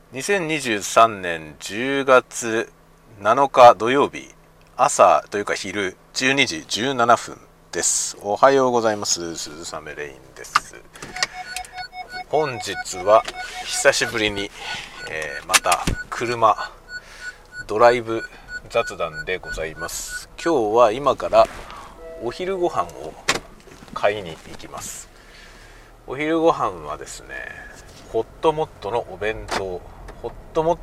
2023年10月7日土曜日、朝というか昼12時17分です。おはようございます。鈴雨レインです。本日は久しぶりに、また車ドライブ雑談でございます。今日は今からお昼ご飯を買いに行きます。お昼ご飯はですね、ホットモットのお弁当をホットモ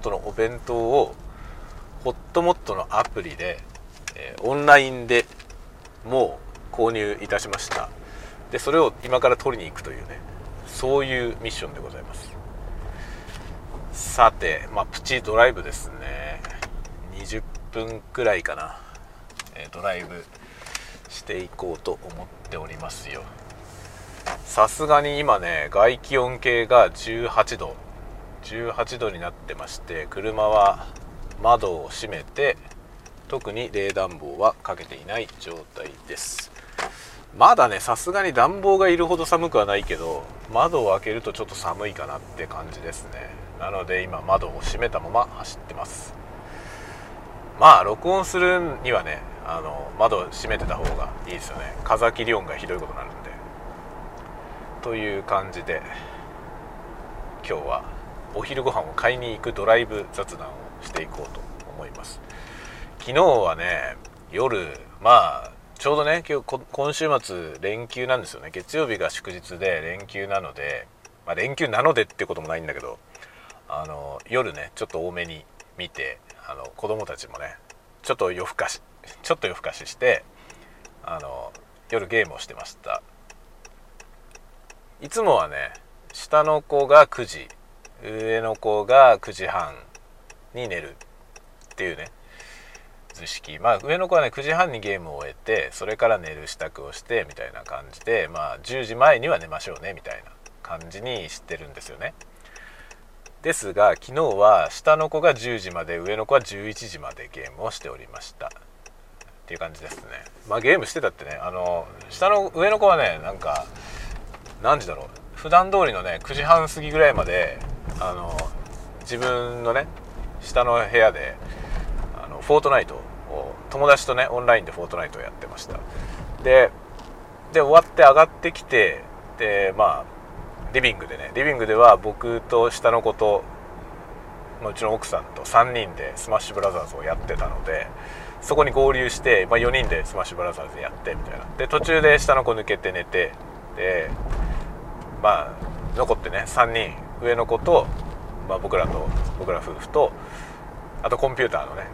ットのアプリで、オンラインでもう購入いたしました。でそれを今から取りに行くというね、そういうミッションでございます。さて、プチドライブですね。20分くらいかな、ドライブしていこうと思っておりますよ。さすがに今ね、外気温計が18度になってまして、車は窓を閉めて特に冷暖房はかけていない状態です。まだね、さすがに暖房がいるほど寒くはないけど、窓を開けるとちょっと寒いかなって感じですね。なので今窓を閉めたまま走ってます。録音するにはね、窓を閉めてた方がいいですよね。風切り音がひどいことになるんで。という感じで今日はお昼ご飯を買いに行くドライブ雑談をしていこうと思います。昨日はね、夜、ちょうどね、今週末連休なんですよね。月曜日が祝日で連休なので、連休なのでってこともないんだけど、夜ねちょっと多めに見て、子供たちもねちょっと夜更かしして夜ゲームをしてました。いつもはね、下の子が9時、上の子が9時半に寝るっていうね図式。上の子はね9時半にゲームを終えて、それから寝る支度をしてみたいな感じで、10時前には寝ましょうねみたいな感じにしてるんですよね。ですが昨日は下の子が10時まで、上の子は11時までゲームをしておりましたっていう感じですね。ゲームしてたってね、上の子はね、何時だろう、普段通りのね9時半過ぎぐらいまで自分のね下の部屋でフォートナイトを友達とねオンラインでフォートナイトをやってました。で終わって上がってきて、でリビングでは僕と下の子とうちの奥さんと3人でスマッシュブラザーズをやってたので、そこに合流して、4人でスマッシュブラザーズやってみたいな。で途中で下の子抜けて寝て、で残ってね3人、上の子と、僕ら夫婦と、あとコンピューターのね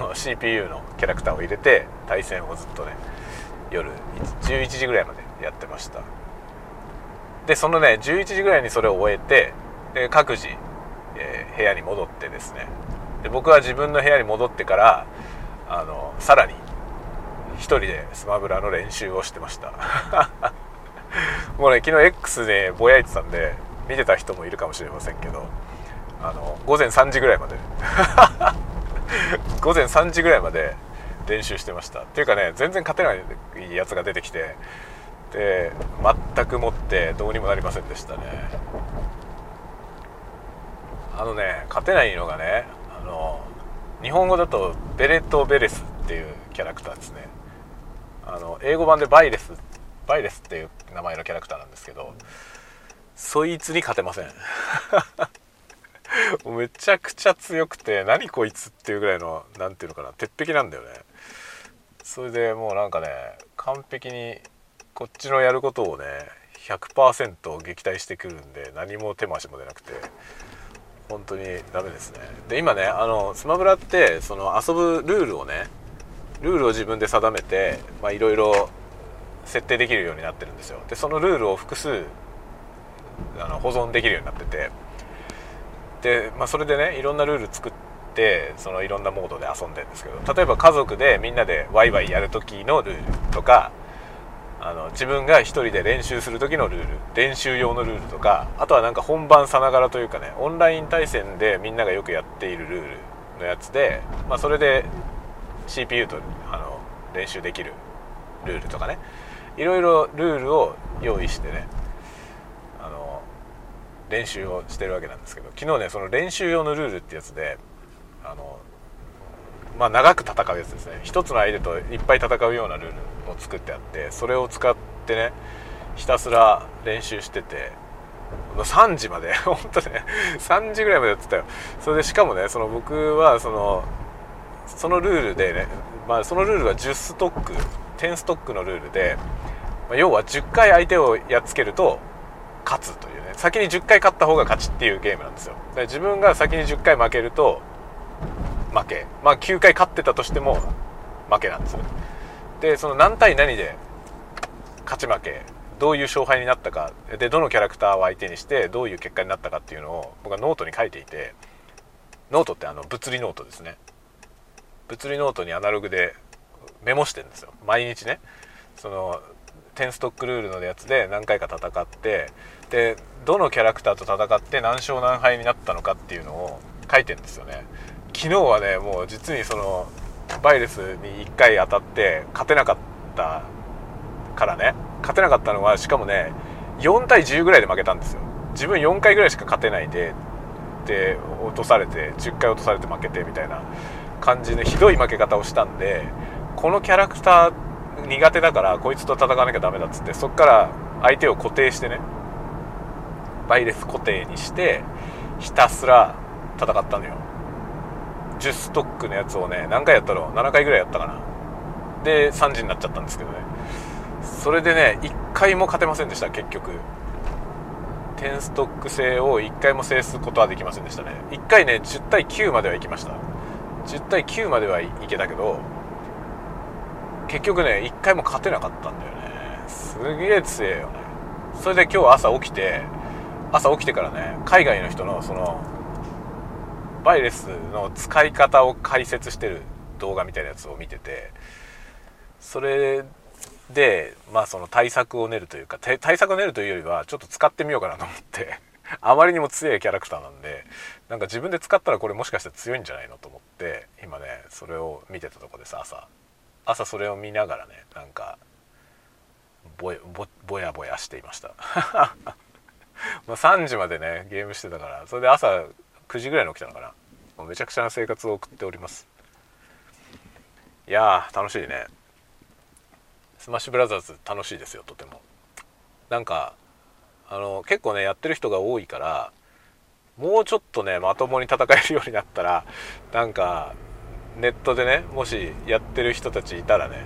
CPU のキャラクターを入れて対戦をずっとね夜11時ぐらいまでやってました。でそのね11時ぐらいにそれを終えて、で各自、部屋に戻ってですね、で僕は自分の部屋に戻ってからさらに一人でスマブラの練習をしてましたもうね、昨日 X でぼやいてたんで見てた人もいるかもしれませんけど、午前3時ぐらいまで午前3時ぐらいまで練習してました。っていうかね、全然勝てないやつが出てきて、で全くもってどうにもなりませんでしたね。勝てないのがね、日本語だとベレット・ベレスっていうキャラクターですね。英語版でバイレスっていう名前のキャラクターなんですけど、そいつに勝てませんめちゃくちゃ強くて、何こいつっていうぐらいの、なんていうのかな、鉄壁なんだよね。それでもう完璧にこっちのやることをね 100% 撃退してくるんで、何も手も足も出なくて本当にダメですね。で今ね、スマブラってその遊ぶルールを自分で定めて、いろいろ設定できるようになってるんですよ。でそのルールを複数保存できるようになってて、で、それでねいろんなルール作って、そのいろんなモードで遊んでるんですけど、例えば家族でみんなでワイワイやる時のルールとか、自分が一人で練習する時のルール、練習用のルールとか、あとは本番さながらというかね、オンライン対戦でみんながよくやっているルールのやつで、それで CPU と練習できるルールとかね、いろいろルールを用意してね練習をしてるわけなんですけど、昨日ねその練習用のルールってやつで長く戦うやつですね。一つの相手といっぱい戦うようなルールを作ってあって、それを使ってねひたすら練習してて、3時まで本当ね3時ぐらいまでやってたよ。それでしかもね僕はそのルールでね、そのルールは10ストック10ストックのルールで、要は10回相手をやっつけると勝つというね、先に10回勝った方が勝ちっていうゲームなんですよ。で自分が先に10回負けると負け、9回勝ってたとしても負けなんですよ。でその何対何で勝ち負け、どういう勝敗になったかで、どのキャラクターを相手にしてどういう結果になったかっていうのを僕はノートに書いていて、ノートって物理ノートですね。物理ノートにアナログでメモしてるんですよ。毎日ねその10ストックルールのやつで何回か戦って、でどのキャラクターと戦って何勝何敗になったのかっていうのを書いてるんですよね。昨日はねもう実にバイレスに1回当たって勝てなかったからね、勝てなかったのはしかもね4対10ぐらいで負けたんですよ。自分4回ぐらいしか勝てないで落とされて10回落とされて負けてみたいな感じでひどい負け方をしたんで、このキャラクター苦手だからこいつと戦わなきゃダメだっつって、そっから相手を固定してねバイレス固定にしてひたすら戦ったのよ。10ストックのやつをね何回やったろう、7回ぐらいやったかな。で3時になっちゃったんですけどね、それでね1回も勝てませんでした。結局10ストック制を1回も制すことはできませんでしたね。1回ね10対9までは行きました。10対9まではいけたけど結局ね1回も勝てなかったんだよね。すげえ強えよね。それで今日朝起きてからね海外の人のバイレスの使い方を解説してる動画みたいなやつを見てて、それでその対策を練るというか、対策を練るというよりはちょっと使ってみようかなと思ってあまりにも強いキャラクターなんで、なんか自分で使ったらこれもしかして強いんじゃないのと思って今ねそれを見てたとこです。朝それを見ながらねなんかぼやぼやしていました3時までねゲームしてたから、それで朝9時ぐらいに起きたのかな。もうめちゃくちゃな生活を送っております。いやー楽しいね。スマッシュブラザーズ楽しいですよ。とてもなんか結構ねやってる人が多いから、もうちょっとねまともに戦えるようになったら、なんかネットでねもしやってる人たちいたらね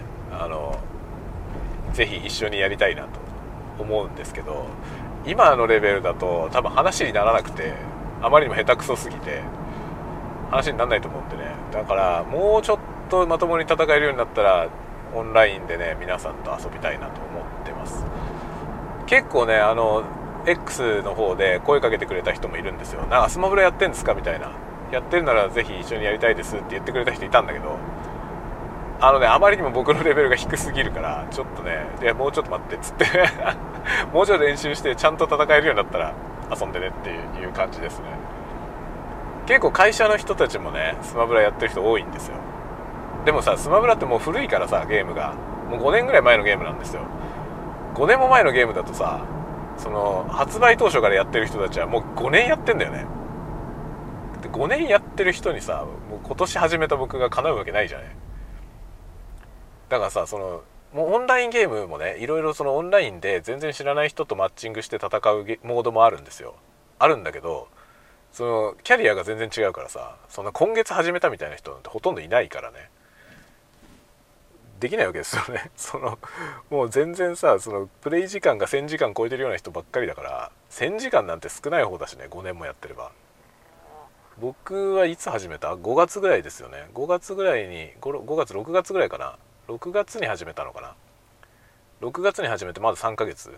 ぜひ一緒にやりたいなと思うんですけど、今のレベルだと多分話にならなくて、あまりにも下手くそすぎて話にならないと思うんでね。だからもうちょっとまともに戦えるようになったらオンラインでね皆さんと遊びたいなと思ってます。結構ねX の方で声かけてくれた人もいるんですよ。なんかスマブラやってんですかみたいな、やってるならぜひ一緒にやりたいですって言ってくれた人いたんだけど、あまりにも僕のレベルが低すぎるからちょっとね、いやもうちょっと待ってっつってもうちょっと練習してちゃんと戦えるようになったら遊んでねっていう感じですね。結構会社の人たちもねスマブラやってる人多いんですよ。でもさスマブラってもう古いからさ、ゲームがもう5年ぐらい前のゲームなんですよ。5年も前のゲームだとさ、発売当初からやってる人たちはもう5年やってんだよね。で5年やってる人にさもう今年始めた僕が叶うわけないじゃない。だからさもうオンラインゲームもねいろいろオンラインで全然知らない人とマッチングして戦うモードもあるんですよ。あるんだけどキャリアが全然違うからさ、そんな今月始めたみたいな人なんてほとんどいないからね、できないわけですよねもう全然さプレイ時間が1000時間超えてるような人ばっかりだから、1000時間なんて少ない方だしね、5年もやってれば。僕はいつ始めた ?5 月ぐらいですよね。5月ぐらいに5月6月ぐらいかな、6月に始めたのかな。6月に始めてまだ3ヶ月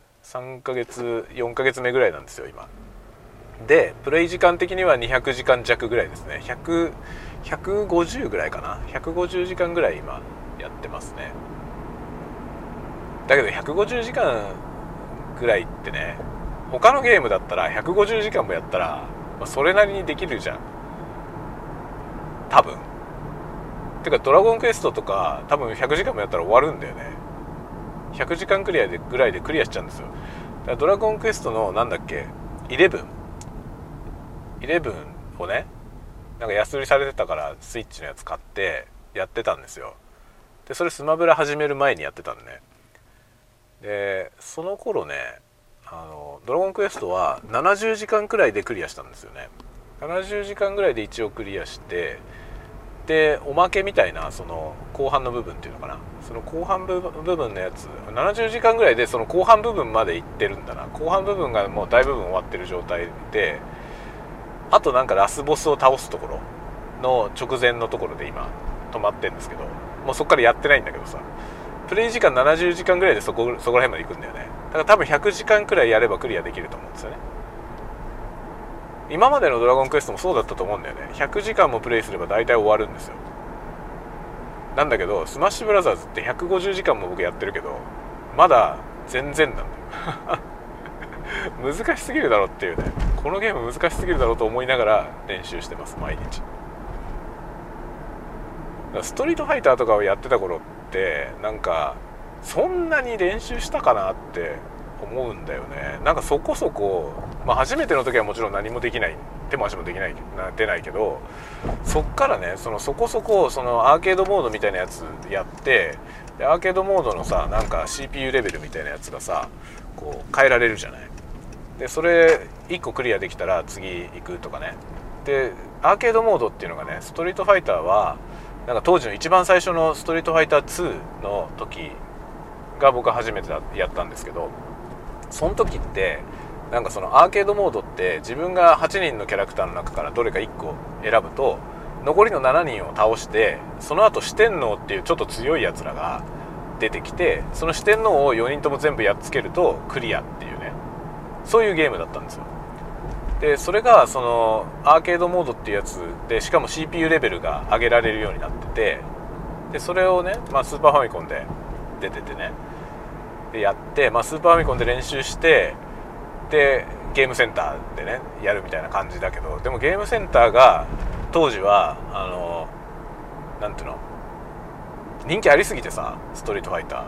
4ヶ月目ぐらいなんですよ今で。プレイ時間的には200時間弱ぐらいですね。150ぐらいかな、150時間ぐらい今やってますね。だけど150時間ぐらいってね、他のゲームだったら150時間もやったら、それなりにできるじゃん多分。てかドラゴンクエストとか多分100時間もやったら終わるんだよね。100時間ぐらいでクリアしちゃうんですよ。だからドラゴンクエストのなんだっけ11 11をねなんか安売りされてたからスイッチのやつ買ってやってたんですよ。でそれスマブラ始める前にやってたんでね。でその頃ねドラゴンクエストは70時間くらいでクリアしたんですよね。70時間ぐらいで一応クリアして、でおまけみたいなその後半の部分っていうのかな、その後半部分のやつ70時間ぐらいでその後半部分まで行ってるんだな。後半部分がもう大部分終わってる状態で、あとなんかラスボスを倒すところの直前のところで今止まってるんですけど、もうそこからやってないんだけどさ、プレイ時間70時間ぐらいでそこら辺まで行くんだよね。だから多分100時間くらいやればクリアできると思うんですよね。今までのドラゴンクエストもそうだったと思うんだよね。100時間もプレイすれば大体終わるんですよ。なんだけどスマッシュブラザーズって150時間も僕やってるけどまだ全然なんだよ難しすぎるだろっていうね、このゲーム難しすぎるだろうと思いながら練習してます毎日。ストリートファイターとかをやってた頃ってなんかそんなに練習したかなって思うんだよね。なんかそこそこ、初めての時はもちろん何もできない、手も足もできない出ないけど、そっからねそこそこそのアーケードモードみたいなやつやって、でアーケードモードのさなんか CPU レベルみたいなやつがさこう変えられるじゃない。でそれ1個クリアできたら次行くとかね。でアーケードモードっていうのがね、ストリートファイターはなんか当時の一番最初のストリートファイター2の時が僕は初めてやったんですけど、その時ってなんかそのアーケードモードって自分が8人のキャラクターの中からどれか1個選ぶと残りの7人を倒して、その後四天王っていうちょっと強いやつらが出てきて、その四天王を4人とも全部やっつけるとクリアっていうね、そういうゲームだったんですよ。でそれがそのアーケードモードっていうやつで、しかも CPU レベルが上げられるようになってて、でそれをね、スーパーファミコンで出ててね、でやって、スーパーファミコンで練習して、でゲームセンターでねやるみたいな感じだけど、でもゲームセンターが当時はなんていうの、人気ありすぎてさ、ストリートファイター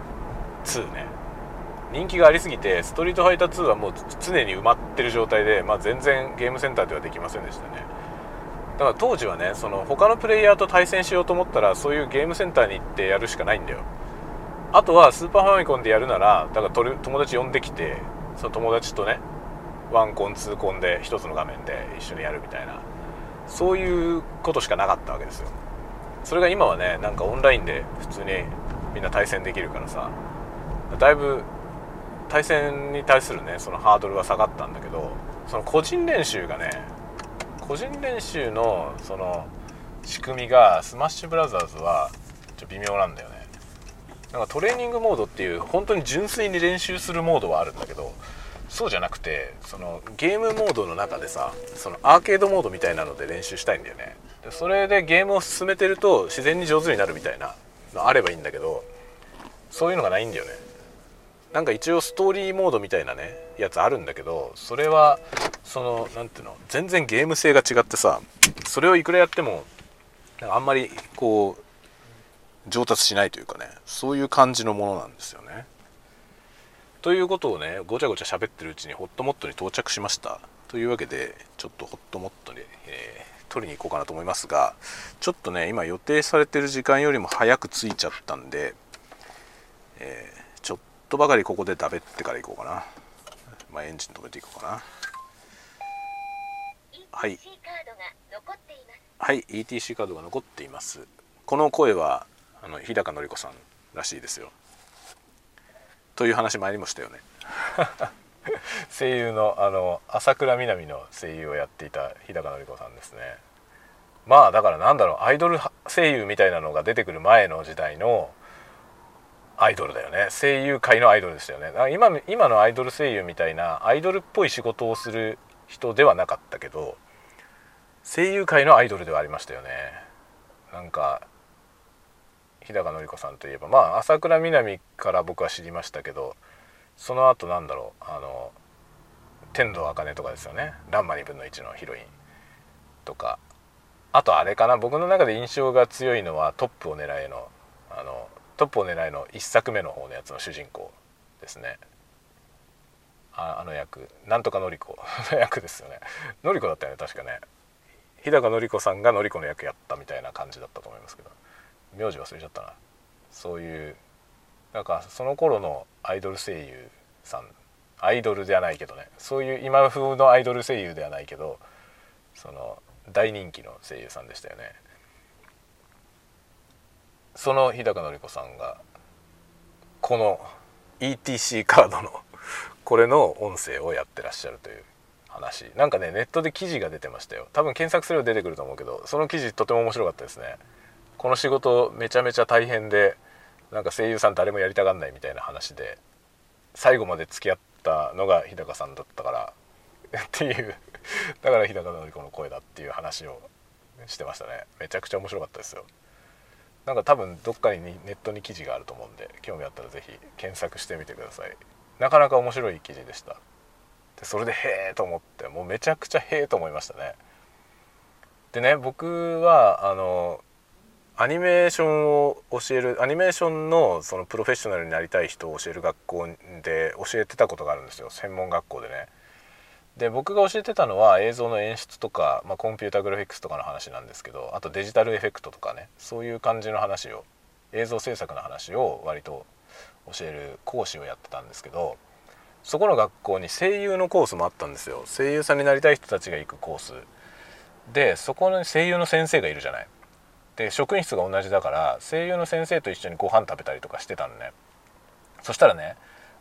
2ね、人気がありすぎてストリートファイター2はもう常に埋まってる状態で、全然ゲームセンターではできませんでしたね。だから当時はね、その他のプレイヤーと対戦しようと思ったらそういうゲームセンターに行ってやるしかないんだよ。あとはスーパーファミコンでやるなら、だから友達呼んできて、その友達とねワンコンツーコンで一つの画面で一緒にやるみたいな、そういうことしかなかったわけですよ。それが今はね、なんかオンラインで普通にみんな対戦できるからさ、だいぶ対戦に対するねそのハードルは下がったんだけど、その個人練習がね、個人練習のその仕組みがスマッシュブラザーズはちょっと微妙なんだよね。なんかトレーニングモードっていう本当に純粋に練習するモードはあるんだけど、そうじゃなくてそのゲームモードの中でさ、そのアーケードモードみたいなので練習したいんだよね。でそれでゲームを進めてると自然に上手になるみたいなのあればいいんだけど、そういうのがないんだよね。なんか一応ストーリーモードみたいなねやつあるんだけど、それはそのなんていうの、全然ゲーム性が違ってさ、それをいくらやってもなんかあんまりこう上達しないというかね、そういう感じのものなんですよね。ということをねごちゃごちゃ喋ってるうちにホットモットに到着しました。というわけでちょっとホットモットに、取りに行こうかなと思いますが、ちょっとね今予定されてる時間よりも早く着いちゃったんで、ちょっとばかりここでだべってから行こうかな。エンジン止めていこうかな。はい、はい、ETC カードが残っています。この声は日高のり子さんらしいですよ。という話前にもしたよね声優の朝倉みなみの声優をやっていた日高のり子さんですね。だからなんだろう、アイドル声優みたいなのが出てくる前の時代のアイドルだよね。声優界のアイドルでしたよね。今のアイドル声優みたいなアイドルっぽい仕事をする人ではなかったけど、声優界のアイドルではありましたよね。なんか日高のり子さんといえば朝倉みなみから僕は知りましたけど、その後なんだろう、天童茜とかですよね。ランマ2分の1のヒロインとか、あとあれかな、僕の中で印象が強いのはトップを狙えのトップを狙えの1作目の方のやつの主人公ですね。 あの役、なんとかのりこの役ですよね。のりこだったよね確かね。日高のり子さんがのりこの役やったみたいな感じだったと思いますけど、名字忘れちゃったな。そういうなんかその頃のアイドル声優さん、アイドルではないけどね、そういう今風のアイドル声優ではないけど、その大人気の声優さんでしたよね。その日高のり子さんがこの ETC カードのこれの音声をやってらっしゃるという話、なんかねネットで記事が出てましたよ。多分検索すれば出てくると思うけど、その記事とても面白かったですね。この仕事めちゃめちゃ大変で、なんか声優さん誰もやりたがんないみたいな話で、最後まで付き合ったのが日高さんだったからっていうだから日高のり子の声だっていう話をしてましたね。めちゃくちゃ面白かったですよ。なんか多分どっかにネットに記事があると思うんで、興味あったらぜひ検索してみてください。なかなか面白い記事でした。でそれでへーと思って、もうめちゃくちゃへーと思いましたね。でね、僕はアニメーションを教える、アニメーションのそのプロフェッショナルになりたい人を教える学校で教えてたことがあるんですよ、専門学校でね。で僕が教えてたのは映像の演出とか、コンピュータグラフィックスとかの話なんですけど、あとデジタルエフェクトとかね、そういう感じの話を、映像制作の話を割と教える講師をやってたんですけど、そこの学校に声優のコースもあったんですよ。声優さんになりたい人たちが行くコースで、そこに声優の先生がいるじゃない。で職員室が同じだから声優の先生と一緒にご飯食べたりとかしてたのね。そしたらね、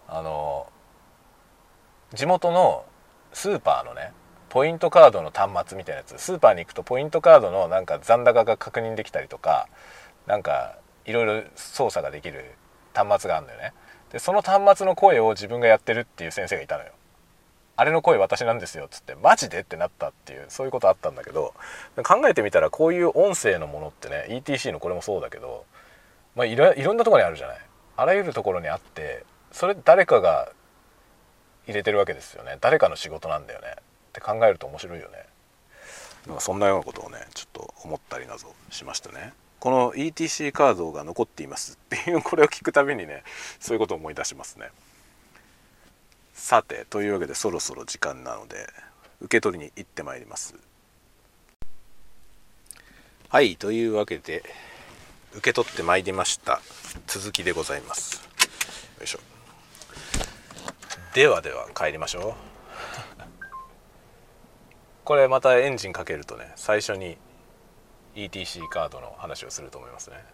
地元のスーパーのねポイントカードの端末みたいなやつ、スーパーに行くとポイントカードのなんか残高が確認できたりとか、なんかいろいろ操作ができる端末があるんだよね。でその端末の声を自分がやってるっていう先生がいたのよ。あれの声私なんですよっつって、マジでってなったっていう、そういうことあったんだけど、考えてみたらこういう音声のものってね、 ETC のこれもそうだけど、いろんなところにあるじゃない。あらゆるところにあって、それ誰かが入れてるわけですよね。誰かの仕事なんだよねって考えると面白いよね。なんかそんなようなことをねちょっと思ったりなどしましたね。この ETC カードが残っていますっていうこれを聞くたびにね、そういうことを思い出しますね。さて、というわけでそろそろ時間なので受け取りに行ってまいります。はい、というわけで受け取ってまいりました。続きでございます。よいしょ。では帰りましょう。これまたエンジンかけるとね、最初に ETC カードの話をすると思いますね。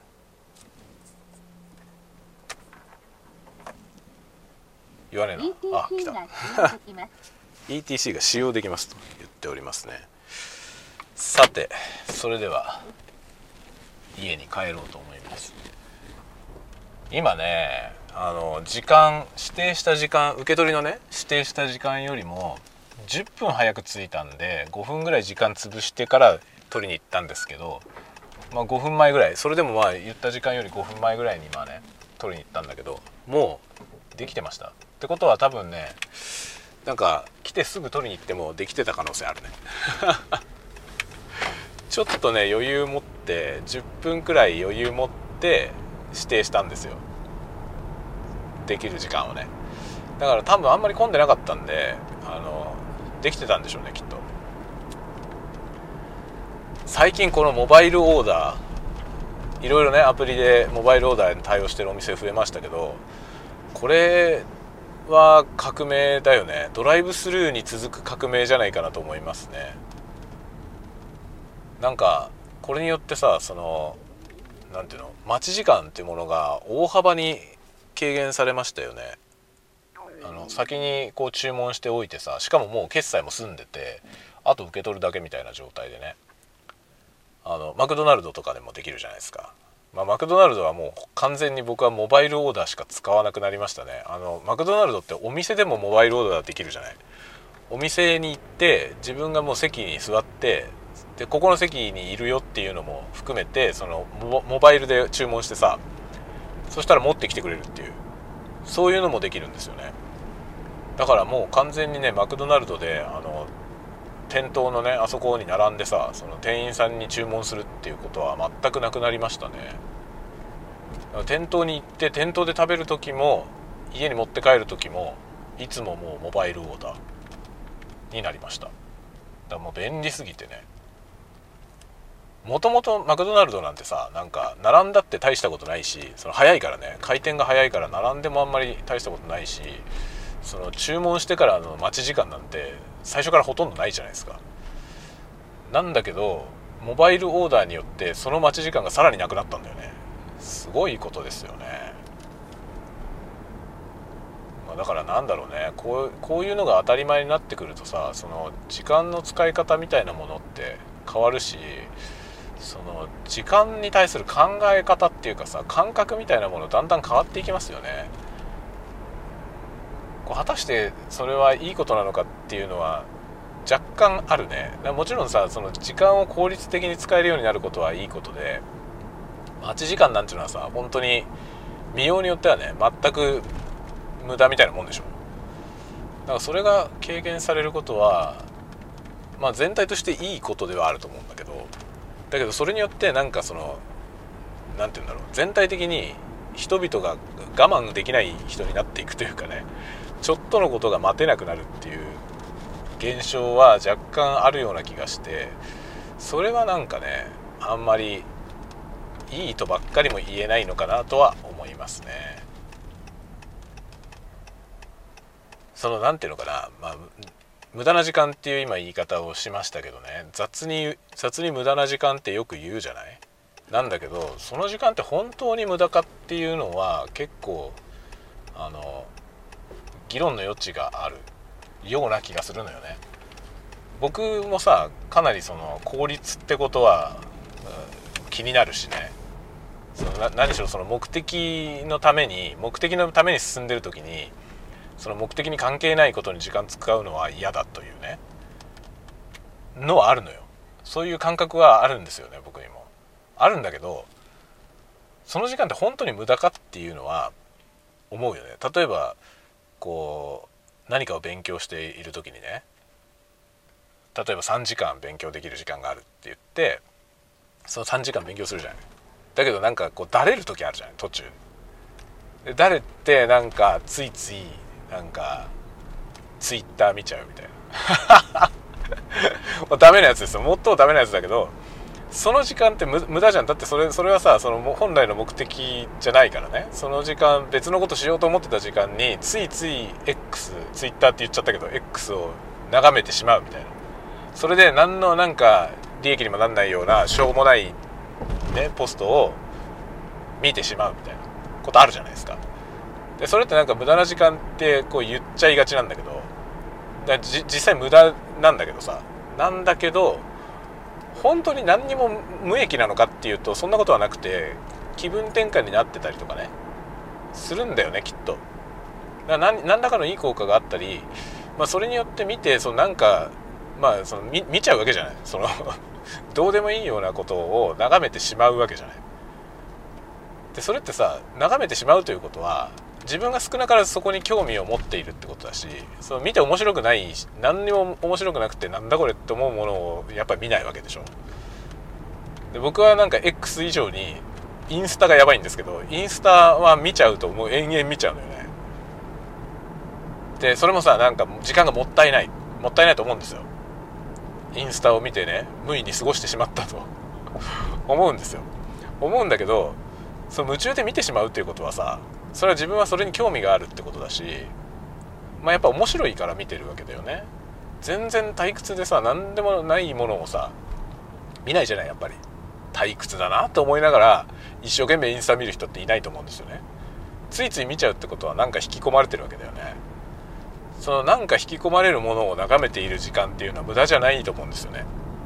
言わねえな。あ、来た。ETC が使用できますと言っておりますね。さて、それでは家に帰ろうと思います。今ね、時間指定した時間、受け取りのね指定した時間よりも10分早く着いたんで、5分ぐらい時間潰してから取りに行ったんですけど、5分前ぐらい、それでも言った時間より5分前ぐらいに取りに行ったんだけど、もうできてました。ってことは多分ね、なんか来てすぐ取りに行ってもできてた可能性あるねちょっとね余裕持って、10分くらい余裕持って指定したんですよ、できる時間をね。だから多分あんまり混んでなかったんで、できてたんでしょうね、きっと。最近このモバイルオーダー、いろいろねアプリでモバイルオーダーに対応してるお店増えましたけど、これは革命だよね。ドライブスルーに続く革命じゃないかなと思いますね。なんかこれによってさ、なんていうの、待ち時間っていうものが大幅に軽減されましたよね。先にこう注文しておいてさ、しかももう決済も済んでて、あと受け取るだけみたいな状態でね、マクドナルドとかでもできるじゃないですか。マクドナルドはもう完全に僕はモバイルオーダーしか使わなくなりましたね。マクドナルドってお店でもモバイルオーダーできるじゃない。お店に行って自分がもう席に座って、でここの席にいるよっていうのも含めて、そのモバイルで注文してさ、そしたら持ってきてくれるっていう、そういうのもできるんですよね。だからもう完全にね、マクドナルドで店頭のねあそこに並んでさ、その店員さんに注文するっていうことは全くなくなりましたね。店頭に行って店頭で食べる時も家に持って帰る時もいつももうモバイルオーダーになりました。だからもう便利すぎてね。もともとマクドナルドなんてさ、なんか並んだって大したことないし、その早いからね、回転が早いから並んでもあんまり大したことないし、その注文してからの待ち時間なんて最初からほとんどないじゃないですか。なんだけどモバイルオーダーによってその待ち時間がさらになくなったんだよね。すごいことですよね。だからなんだろうね、こういうのが当たり前になってくるとさ、その時間の使い方みたいなものって変わるし、その時間に対する考え方っていうかさ、感覚みたいなものだんだん変わっていきますよね。果たしてそれはいいことなのかっていうのは若干あるね。もちろんさ、その時間を効率的に使えるようになることはいいことで、待ち時間なんていうのはさ、本当に見ようによってはね、全く無駄みたいなもんでしょ。だからそれが軽減されることはまあ全体としていいことではあると思うんだけど、だけどそれによってなんかそのなんていうんだろう、全体的に人々が我慢できない人になっていくというかね、ちょっとのことが待てなくなるっていう現象は若干あるような気がして、それはなんかね、あんまりいいとばっかりも言えないのかなとは思いますね。そのなんていうのかな、まあ無駄な時間っていう今言い方をしましたけどね、雑に無駄な時間ってよく言うじゃない。なんだけどその時間って本当に無駄かっていうのは結構議論の余地があるような気がするのよね。僕もさ、かなりその効率ってことは、気になるしね。その何しろその目的のために進んでる時に、その目的に関係ないことに時間使うのは嫌だというねのはあるのよ。そういう感覚はあるんですよね、僕にもあるんだけど、その時間って本当に無駄かっていうのは思うよね。例えばこう何かを勉強している時にね、例えば3時間勉強できる時間があるって言って、その3時間勉強するじゃない。だけどなんかこうだれる時あるじゃない、途中で。だれってなんかついついなんかツイッター見ちゃうみたいなダメなやつですよ、最もダメなやつだけど、その時間って無駄じゃん。だってそれはさ、その本来の目的じゃないからね。その時間別のことしようと思ってた時間についついツイッターって言っちゃったけど X を眺めてしまうみたいな。それで何のなんか利益にもなんないようなしょうもないねポストを見てしまうみたいなことあるじゃないですか。でそれってなんか無駄な時間ってこう言っちゃいがちなんだけど、実際無駄なんだけどさ、なんだけど本当に何にも無益なのかっていうとそんなことはなくて、気分転換になってたりとかねするんだよね、きっと。何らかのいい効果があったり、まあ、それによって見てそのなんかまあその 見ちゃうわけじゃない。そのどうでもいいようなことを眺めてしまうわけじゃない。でそれってさ、眺めてしまうということは自分が少なからずそこに興味を持っているってことだし、その見て面白くないし、何にも面白くなくてなんだこれって思うものをやっぱり見ないわけでしょ。で僕はなんか X 以上にインスタがやばいんですけど、インスタは見ちゃうともう延々見ちゃうのよね。でそれもさ、なんか時間がもったいないと思うんですよ。インスタを見てね無意に過ごしてしまったと思うんですよ。思うんだけど、その夢中で見てしまうっていうことはさ、それは自分はそれに興味があるってことだし、まあやっぱ面白いから見てるわけだよね。全然退屈でさ、何でもないものをさ見ないじゃない。やっぱり退屈だなと思いながら一生懸命インスタ見る人っていないと思うんですよね。ついつい見ちゃうってことはなんか引き込まれてるわけだよね。そのなんか引き込まれるものを眺めている時間っていうのは無駄じゃないと思うんですよね。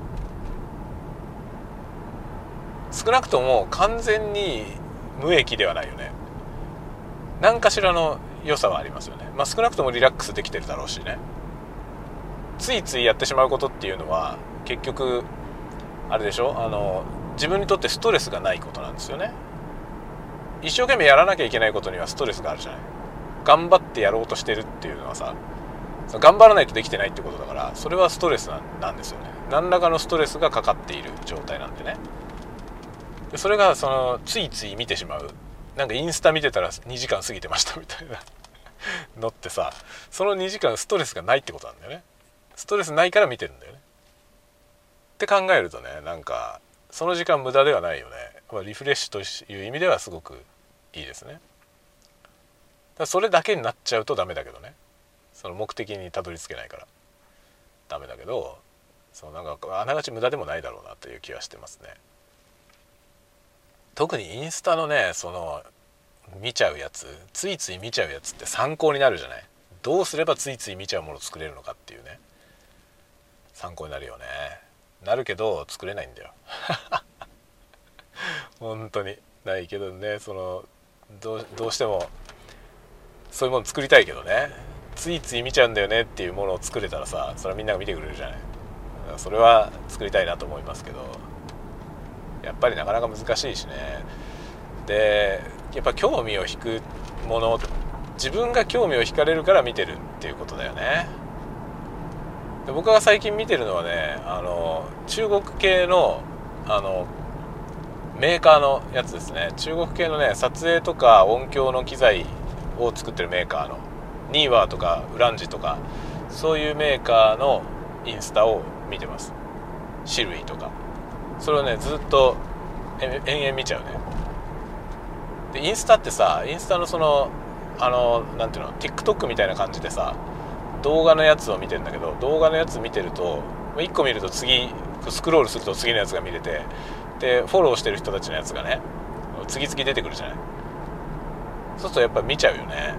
少なくとも完全に無益ではないよね。何かしらの良さはありますよね。まあ少なくともリラックスできてるだろうしね。ついついやってしまうことっていうのは結局あれでしょ、自分にとってストレスがないことなんですよね。一生懸命やらなきゃいけないことにはストレスがあるじゃない。頑張ってやろうとしてるっていうのはさ、頑張らないとできてないってことだから、それはストレスなんですよね。何らかのストレスがかかっている状態なんでね。でそれがそのついつい見てしまう。なんかインスタ見てたら2時間過ぎてましたみたいなのってさ、その2時間ストレスがないってことなんだよね。ストレスないから見てるんだよねって考えるとね、なんかその時間無駄ではないよね。リフレッシュという意味ではすごくいいですね。だからそれだけになっちゃうとダメだけどね、その目的にたどり着けないからダメだけど、そのなんかあながち無駄でもないだろうなという気はしてますね。特にインスタのね、その見ちゃうやつ、ついつい見ちゃうやつって参考になるじゃない。どうすればついつい見ちゃうものを作れるのかっていうね、参考になるよね。なるけど作れないんだよ本当にないけどね、そのどうしてもそういうもの作りたいけどね、ついつい見ちゃうんだよねっていうものを作れたらさ、それはみんなが見てくれるじゃない。それは作りたいなと思いますけど、やっぱりなかなか難しいしね。でやっぱ興味を引くもの、自分が興味を惹かれるから見てるっていうことだよね。で僕が最近見てるのはね、中国系のメーカーのやつですね。中国系のね、撮影とか音響の機材を作ってるメーカーのニーワーとかウランジとか、そういうメーカーのインスタを見てます。シルイとか、それをねずっと延々見ちゃうね。でインスタってさ、インスタのそのなんていうの、 TikTok みたいな感じでさ、動画のやつを見てるんだけど、動画のやつ見てると1個見ると次スクロールすると次のやつが見れて、でフォローしてる人たちのやつがね次々出てくるじゃない。そうするとやっぱ見ちゃうよね。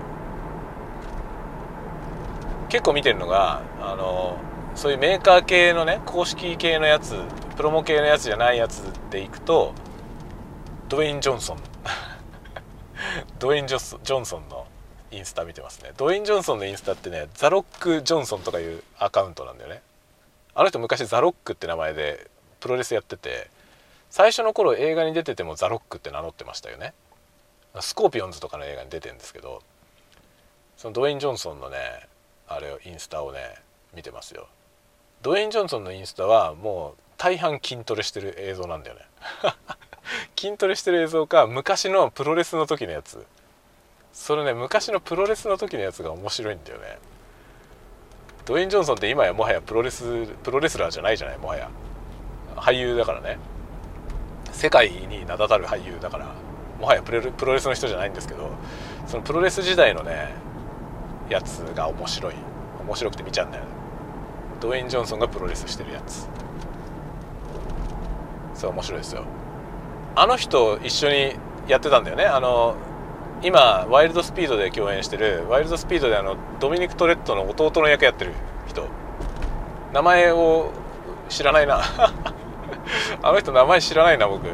結構見てるのがそういうメーカー系のね、公式系のやつ、プロモ系のやつじゃないやつでいくと、ドウェイン・ジョンソンドウェイン・ジョンソンのインスタ見てますね。ドウェイン・ジョンソンのインスタってね、ザロック・ジョンソンとかいうアカウントなんだよね。あの人昔ザロックって名前でプロレスやってて、最初の頃映画に出ててもザロックって名乗ってましたよね。スコーピオンズとかの映画に出てるんですけど、そのドウェイン・ジョンソンのね、あれをインスタをね見てますよ。ドウェイン・ジョンソンのインスタはもう大半筋トレしてる映像なんだよね筋トレしてる映像か、昔のプロレスの時のやつ、それね、昔のプロレスの時のやつが面白いんだよね。ドウェイン・ジョンソンって今やもはやプロレスラーじゃないじゃない。もはや俳優だからね、世界に名だたる俳優だから、もはやプロレスの人じゃないんですけど、そのプロレス時代のねやつが面白くて見ちゃうんだよね。ドウェイン・ジョンソンがプロレスしてるやつ、そう面白いですよ。あの人一緒にやってたんだよね。今ワイルドスピードで共演してる、ワイルドスピードでドミニク・トレットの弟の役やってる人、名前を知らないなあの人名前知らないな僕。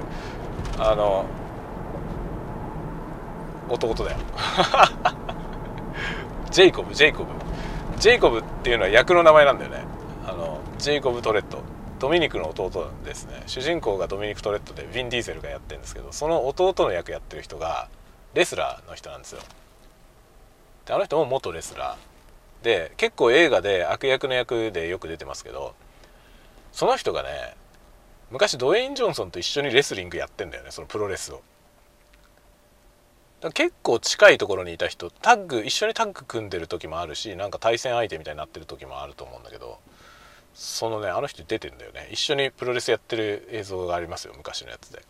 弟だよジェイコブっていうのは役の名前なんだよね。ジェイコブ・トレット、ドミニクの弟ですね。主人公がドミニク・トレットでヴィン・ディーゼルがやってるんですけど、その弟の役やってる人がレスラーの人なんですよ。であの人も元レスラーで、結構映画で悪役の役でよく出てますけど、その人がね昔ドウェイン・ジョンソンと一緒にレスリングやってんだよね、そのプロレスを。だから結構近いところにいた人、一緒にタッグ組んでる時もあるし、なんか対戦相手みたいになってる時もあると思うんだけど、そのねあの人出てんだよね。一緒にプロレスやってる映像がありますよ、昔のやつで。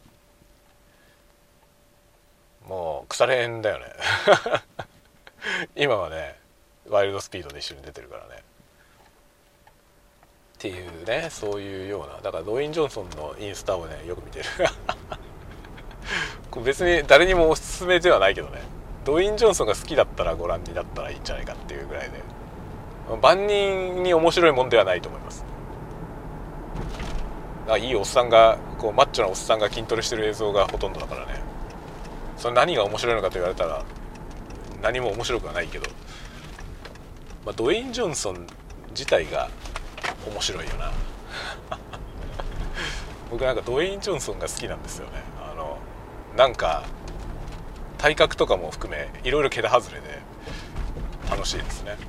もう腐れ縁だよね今はねワイルドスピードで一緒に出てるからねっていうね、そういうような、だからドウェイン・ジョンソンのインスタをねよく見てる別に誰にもおすすめではないけどね、ドウェイン・ジョンソンが好きだったらご覧になったらいいんじゃないかっていうぐらいで、万人に面白いもんではないと思います。いいおっさんがこうマッチョなおっさんが筋トレしてる映像がほとんどだからね、それ何が面白いのかと言われたら何も面白くはないけど、ドウェイン・ジョンソン自体が面白いよな僕なんかドウェイン・ジョンソンが好きなんですよね。なんか体格とかも含めいろいろ桁外れで楽しいですね。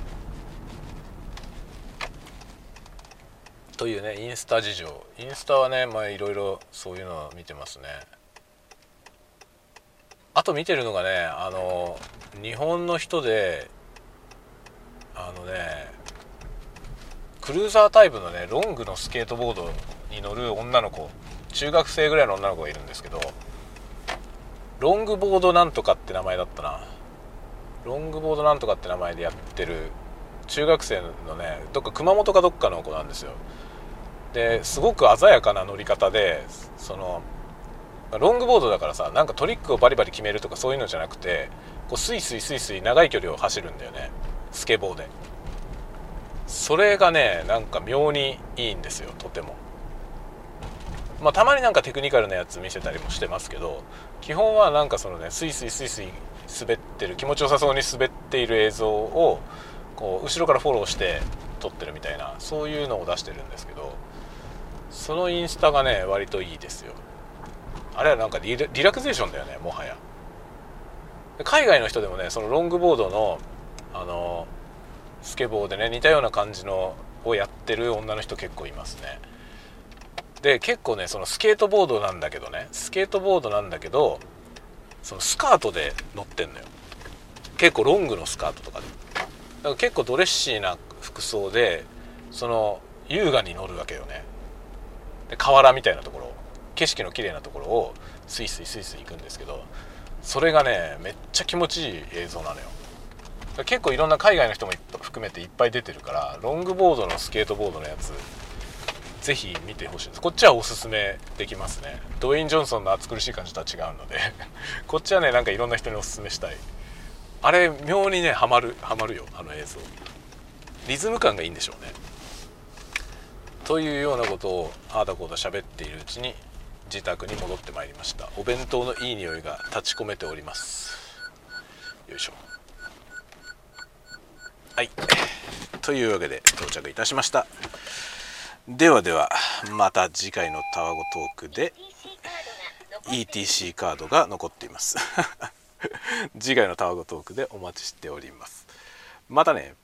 というねインスタ事情。インスタはねいろいろそういうのを見てますね。あと見てるのがね日本の人でクルーザータイプのねロングのスケートボードに乗る女の子、中学生ぐらいの女の子がいるんですけど、ロングボードなんとかって名前だったな。ロングボードなんとかって名前でやってる中学生のね、どっか熊本かどっかの子なんですよ。ですごく鮮やかな乗り方で、そのロングボードだからさ、なんかトリックをバリバリ決めるとかそういうのじゃなくて、こうスイスイスイスイ長い距離を走るんだよね、スケボーで。それがねなんか妙にいいんですよ、とても。まあたまになんかテクニカルなやつ見せたりもしてますけど、基本はなんかそのねスイスイスイスイ滑ってる、気持ちよさそうに滑っている映像をこう後ろからフォローして撮ってるみたいな、そういうのを出してるんですけど、そのインスタがね割といいですよ。あれはなんかリラクゼーションだよね、もはや。海外の人でもねそのロングボードのスケボーでね似たような感じのをやってる女の人結構いますね。で結構ねそのスケートボードなんだけどね、スケートボードなんだけどそのスカートで乗ってんのよ。結構ロングのスカートとかで、だから結構ドレッシーな服装でその優雅に乗るわけよね。で河原みたいなところ、景色の綺麗なところをスイスイスイスイ行くんですけど、それがねめっちゃ気持ちいい映像なのよ。結構いろんな海外の人も含めていっぱい出てるから、ロングボードのスケートボードのやつぜひ見てほしいです。こっちはおすすめできますね。ドウェイン・ジョンソンの暑苦しい感じとは違うのでこっちはねなんかいろんな人におすすめしたい。あれ妙にねハマるよ、あの映像。リズム感がいいんでしょうね。というようなことをああだこうだ喋っているうちに自宅に戻ってまいりました。お弁当のいい匂いが立ち込めております。よいしょ。はい、というわけで到着いたしました。ではではまた次回のタワゴトークで ETC カードが残っています次回のタワゴトークでお待ちしております。またね。